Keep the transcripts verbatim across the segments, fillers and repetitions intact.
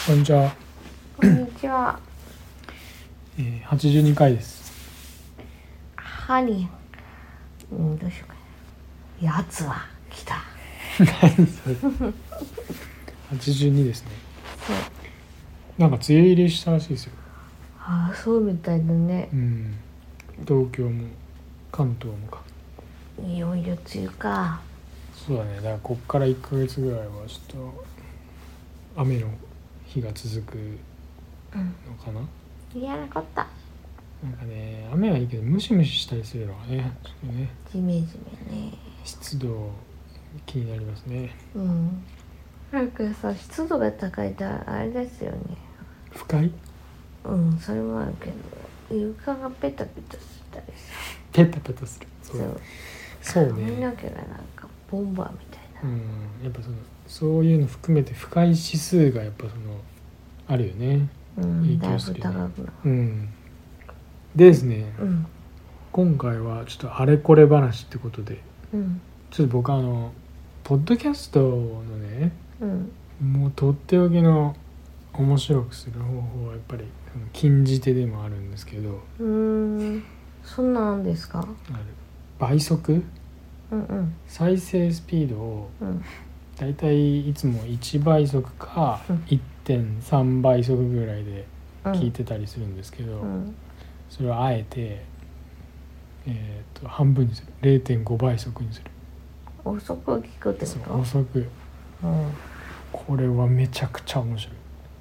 こんにちは。 こんにちは。 えー、はちじゅうにかいです。 ハニー、うん、どうしようかな。やつは来た。 何それ。はちじゅうにですね。 そう。 なんか梅雨入りしたらしいですよ。 ああ、そうみたいだね。 うん。東京も関東もか。 いよいよ梅雨か。 そうだね。だからこっからいっかげつぐらいはちょっと雨の日が続くのかな。 うん、嫌なこった。 なんかね、雨はいいけどムシムシしたりするのはね、ちょっとね。 ジメジメね。 湿度気になりますね。 うん。なんかさ、湿度が高いとあれですよね。 不快？ うん、それもあるけど、床がペタペタしたりさ。 ペタペタする。 そう。 そうね。 髪の毛がなんかボンバーみたいな。 うん、やっぱそのそういうの含めて不快指数がやっぱそのあるよね。 うん、 影響する、ね、 だいぶ高くなる。 うん。でですね、 うん、 今回はちょっとあれこれ話ってことで、 うん、 ちょっと僕あのポッドキャストのね、 うん、 もうとっておきの面白くする方法はやっぱり禁じ手でもあるんですけど、 うーん、そんなんですか？ ある倍速、 うんうん、 再生スピードをうん、 だいたいいつもいちばい速か いってんさんばい速ぐらいで聞いてたりするんですけど、 うん、 それをあえて、えー、と半分にする れいてんごばい速にする。 遅く聞くってこそうと？ 遅く、 うん、 これはめちゃくちゃ面白い。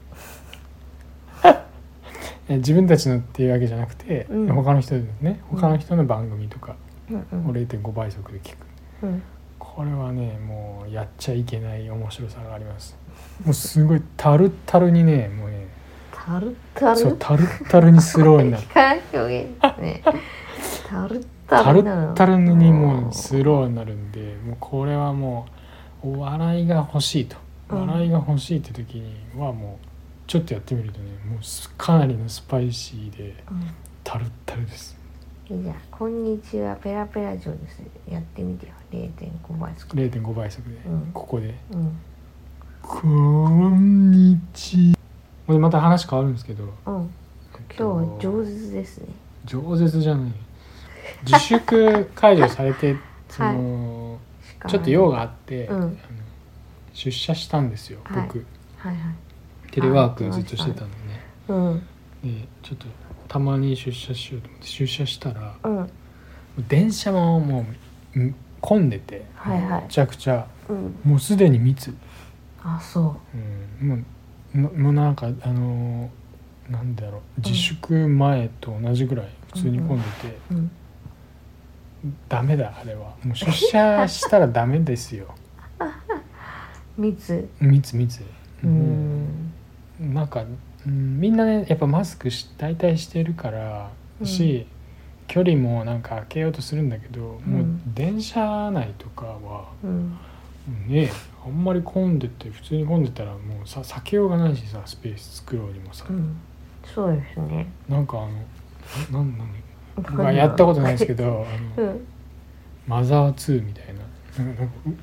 自分たちのっていうわけじゃなくて、うん、他の人ですね、他の人の番組とかを れいてんごばい速で聞く、うん、これはねもうやっちゃいけない面白さがあります。もうすごいタルタルにね、もうねタルタル、 そうタルタルにスローになる表現ですね。タルタルタルにもうスローになるんで、もうこれはもうお笑いが欲しいと、笑いが欲しいって時にはもうちょっとやってみるとね、もうかなりのスパイシーでタルタルです、 うん、じゃあこんにちはペラペラ城です。やってみてよ。 れいてんごばい速れいてんごばい速で、うん、ここで、 うん、 こんにちは。これまた話変わるんですけど、うん、 今日は饒舌ですね。 饒舌じゃない、自粛解除されてその、はい、ちょっと用があって、うん、あの出社したんですよ、はい、僕、はいはい、テレワークずっとしてたんでね、うん、でちょっとたまに出社しようと思って出社したら、うん、電車ももう混んでて、はいはい、めちゃくちゃ、うん、もうすでに密。あ、そう、うん、もうもうなんかあのー、なんだろう、自粛前と同じぐらい普通に混んでて、うんうんうん、ダメだあれはもう出社したらダメですよ。 密密密、うん、なんか、うん、みんなねやっぱマスクし大体してるからし、うん、距離もなんか開けようとするんだけど、うん、もう電車内とかは、うん、ねあんまり混んでて普通に混んでたらもうさ避けようがないしさ、スペース作ろうにもさ、うん、そうですね。なんかあのなな何僕はやったことないですけどあの、うん、マザーツーみたいな、なんか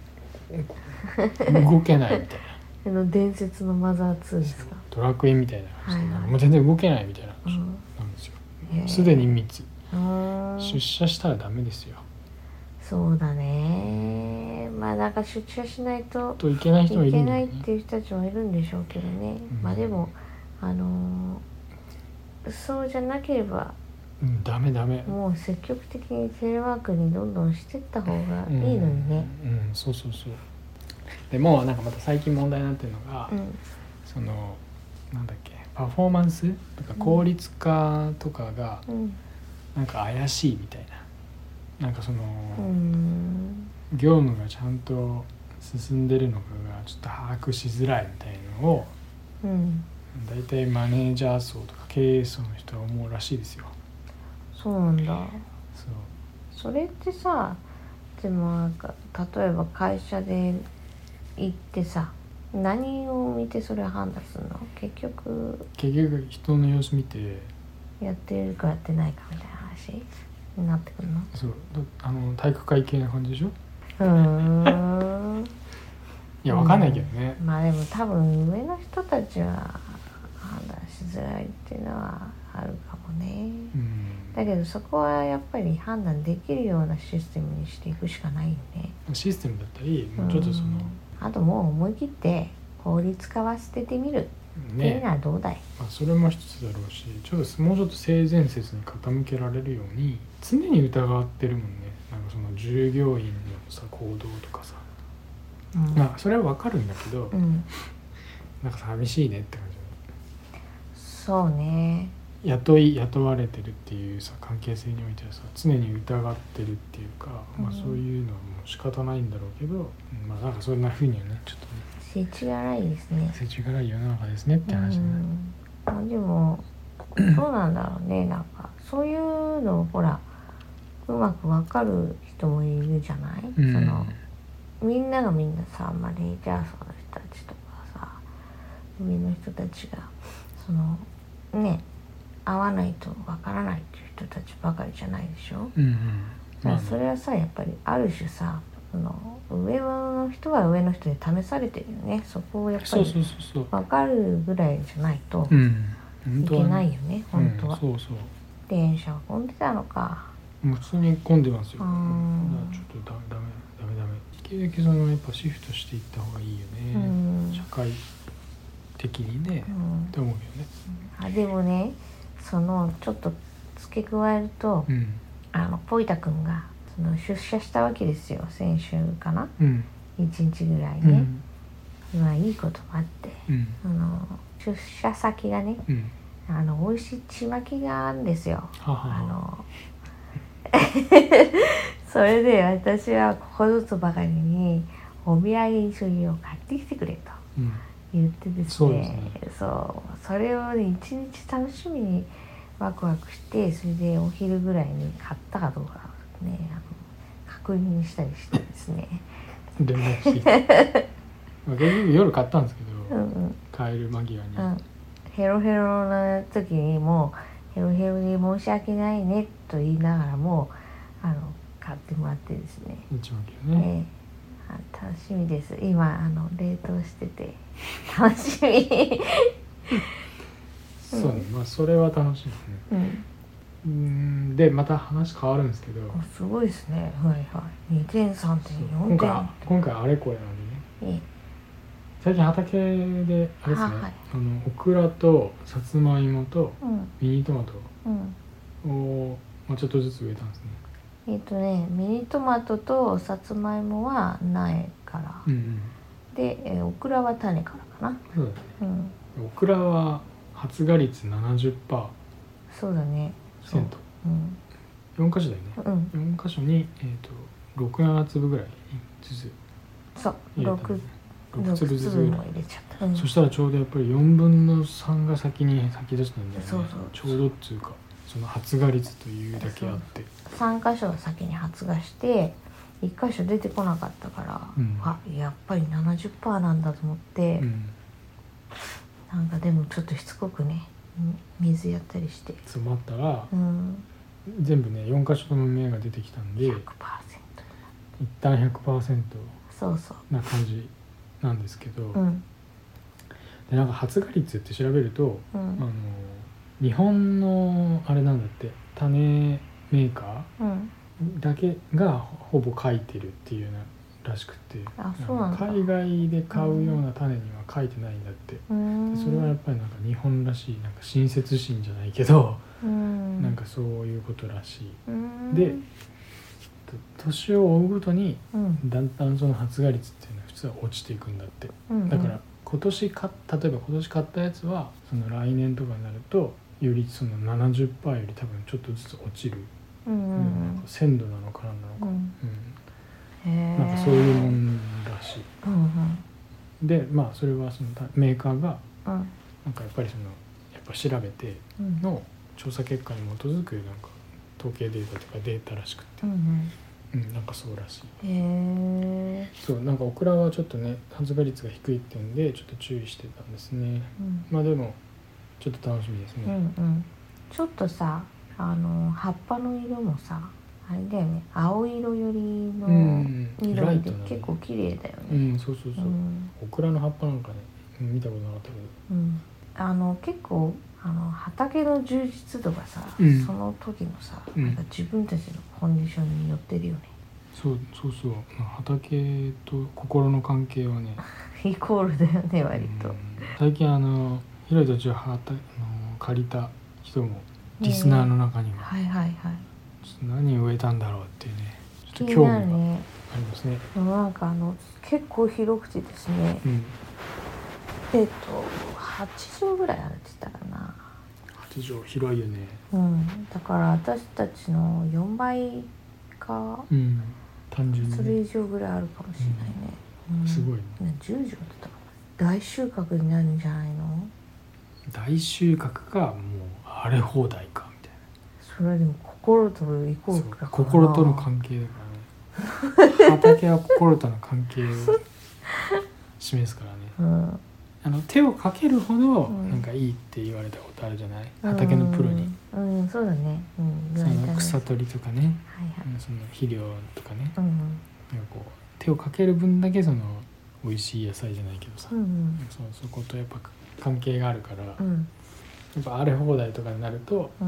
動けないみたいなあの伝説のマザーツーですか。 ドラクエみたいな感じで、はいはい、もう全然動けないみたいな感じなんですよ。すでに密。出社したらダメですよ。 そうだね。まあなんか出社しないとといけない人もいるんだよね。 いけないっていう人たちもいるんでしょうけどね、うん、まあでもあのー、そうじゃなければ、 うん、ダメダメ。 もう積極的にテレワークにどんどんしていった方がいいのにね、 うん、うん、そうそうそう。でもなんかまた最近問題になってるのが、うん、そのなんだっけパフォーマンスとか効率化とかがなんか怪しいみたいな、なんかその、うん、業務がちゃんと進んでるのかがちょっと把握しづらいみたいなのを、うん、だいたいマネージャー層とか経営層の人は思うらしいですよ。 そうなんだ。そう。それってさ、でもなんか例えば会社で行ってさ、何を見てそれを判断するの？結局結局人の様子見てやってるかやってないかみたいな話になってくるの？ そう、あの体育会系な感じでしょ。 うーんいや分かんないけどね、 うん、まあでも多分上の人たちはづらいっていうのはあるかもね、 うん、 だけどそこはやっぱり判断できるようなシステムにしていくしかないよね。 システムだったりもうちょっとその、うん、 あともう思い切って法律化は捨ててみるっていうのはどうだい、 ね、まあ、それも一つだろうし、ちょっともうちょっと性善説に傾けられるように常に疑ってるもんね。なんかその従業員のさ行動とかさ、うん、まあそれは分かるんだけど、うん、なんか寂しいねって感じ。 そうね。 雇い雇われてるっていうさ関係性においてはさ常に疑ってるっていうか、うん、まあそういうのはもう仕方ないんだろうけど、まあなんかそんな風にはねちょっとね世知辛いですね。 世知辛い世の中ですねって話ね。 うん、でもそうなんだろうね。なんかそういうのをほらうまくわかる人もいるじゃない、うん、そのみんながみんなさマネージャー層の人たちとかさ上の人たちがそのね会わないとわからないっていう人たちばかりじゃないでしょ、うんうん、だからそれはさやっぱりある種さその上の人は上の人で試されてるよね。そこをやっぱり分かるぐらいじゃないといけないよね、うん、本当は、うん、そうそう電車は混んでたのか。 もう普通に混んでますよ。だからちょっとダメダメダメダメ結局そのやっぱシフトしていった方がいいよね、うん、社会的にね、うん、って思うよね、 うん、あでもねそのちょっと付け加えると、うん、あのポイタ君がその出社したわけですよ先週かな、うん、いちにちぐらいね、うん、まあいいこともあって、うん、あの出社先がね、うん、あの美味しいちまきがあるんですよ。ははあのそれで私はここぞとばかりにお土産にそれを買ってきてくれと言ってですね、うん、そうですね、そうそれをね一日楽しみにワクワクしてそれでお昼ぐらいに買ったかどうかねあの確認したりしてですね連絡してまあ結局夜買ったんですけど、うんうん、帰る間際に、うん、 ヘロヘロな時にもうヘロヘロで申し訳ないねと言いながらもあの買ってもらってですね一番ね、 えー、楽しみです。今あの冷凍してて楽しみそうね、まあそれは楽しいですね、うんうんでまた話変わるんですけどすごいですね。はいはいにてんさんてんよんてん今回今回あれこれなんでね、ええ、最近畑であれですね、はい、あのオクラとさつまいもとミニトマトを、まあ、ちょっとずつ植えたんですね。 えっとねミニトマトとさつまいもは苗から、うんうん、で、えー、オクラは種からかな。 そうだね、うん、オクラは発芽率 ななじゅっパーセント。 そうだねセント、うん、よん箇所だよね、うん、よん箇所に、えー、とろく、なな粒ぐらいずつそうろく粒ずつも入れちゃった、 うん、そしたらちょうどやっぱりよんぶんのさんが先に咲き出したんだよね。そうそうちょうどっていうかその発芽率というだけあってさん箇所は先に発芽していっ箇所出てこなかったから、うん、あやっぱり ななじゅっパーセント なんだと思って、うん、なんかでもちょっとしつこくね水やったりして詰まったら、うん、全部ねよん箇所とも芽が出てきたんでひゃくパーセント一旦 ひゃくパーセントそうそうな感じなんですけど、うん、でなんか発芽率って調べると、うん、あの日本のあれなんだって種メーカーだけがほぼ書いてるっていうようならしくて、 あそうなんだ、 海外で買うような種には書いてないんだって、うん、でそれはやっぱりなんか日本らしいなんか親切心じゃないけど、うん、なんかそういうことらしい、うん、で年を追うごとにだんだんその発芽率っていうのは普通は落ちていくんだって、うん、だから今年買例えば今年買ったやつはその来年とかになるとよりその ななじゅっパーセント より多分ちょっとずつ落ちる、うんうんうん、なんか鮮度なのか何なのか、うんうん、なんかそういうもんらしい、うんうん、でまあそれはそのメーカーがなんかやっぱりそのやっぱ調べての調査結果に基づくなんか統計データとかデータらしくて、うんうんうん、なんかそうらしい。へー。そうなんかオクラはちょっとね発芽率が低いっていうんでちょっと注意してたんですね、うん、まあでもちょっと楽しみですね、うんうん、 ちょっとさあの葉っぱの色もさあれだよね青色よりの色で結構綺麗だよね、うん、 うん、そうそうそう、うん、オクラの葉っぱなんかね見たことなかったけど、 うん、あの結構あの畑の充実度がさ、 うん、 その時のさ、 うん、 なんか自分たちのコンディションによってるよね。 そうそうそう、畑と心の関係はねイコールだよね割と、うん、 最近あの広い土地を畑あの借りた人もリスナーの中には、 はいはいはい、 何を植えたんだろうっていうね、ちょっと興味がありますね。 なんかあの結構広くてですね、うん、えっとはち畳ぐらいあるって言ったかな。はち畳広いよね。 うん、だから私たちのよんばいか、うん、 単純に、ね、 それ以上ぐらいあるかもしれないね、 うんうん、すごいね。 じゅう畳だったかな。大収穫になるんじゃないの？ 大収穫がもう荒れ放題かみたいな。 それでも心とイコールだからな。 心との関係だからね畑は心との関係を示すからね、うん、あの手をかけるほどなんかいいって言われたことあるじゃない、うん、畑のプロに、 うん、うん、そうだね、うん、 その草取りとかね、はいはい、その肥料とかね、うん、なんかこう手をかける分だけその美味しい野菜じゃないけどさ、うんうん、そ, そことやっぱ関係があるから、うん、やっぱ荒れ放題とかになると、うんうん、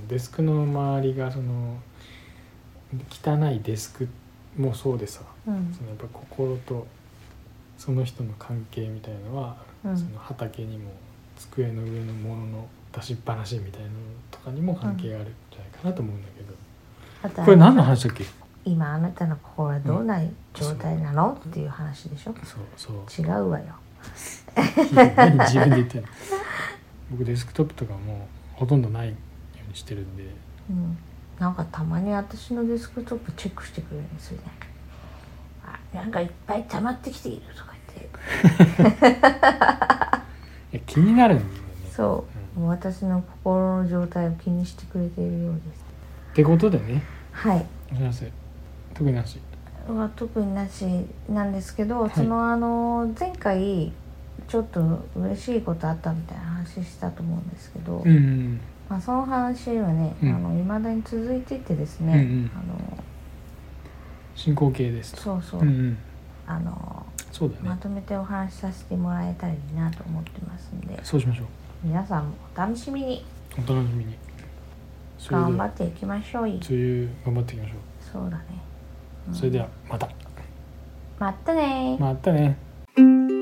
デスクの周りがその汚いデスクもそうでさ、うん、そのやっぱ心とその人の関係みたいのは、うん、その畑にも机の上のものの出しっぱなしみたいなのとかにも関係があるんじゃないかなと思うんだけど、うん、これ何の話だっけ？ 今あなたの心はどうな状態なの、うん、っていう話でしょ。 そうそう違うわよ何自分で言ってんの僕デスクトップとかもうほとんどないようにしてるんで、 うん、なんかたまに私のデスクトップチェックしてくれるんですよね。あ、なんかいっぱい溜まってきているとか言っていや気になるんだよね。 そう、うん、私の心の状態を気にしてくれているようです。 ってことでね、 はい、 お知らせ特になしは特になしなんですけど、はい、そのあの前回ちょっと嬉しいことあったみたいな話したと思うんですけど、うんうん、まあ、その話はね、うん、あの未だに続いていてですね、うんうん、あの進行形ですと。 そうそう、うんうん、あのそうだね、まとめてお話しさせてもらえたらいいなと思ってますんで、 そうしましょう。 皆さんもお楽しみにお楽しみに頑張っていきましょう。 梅雨頑張っていきましょう。 そうだね、 うん、それではまたまたねまたね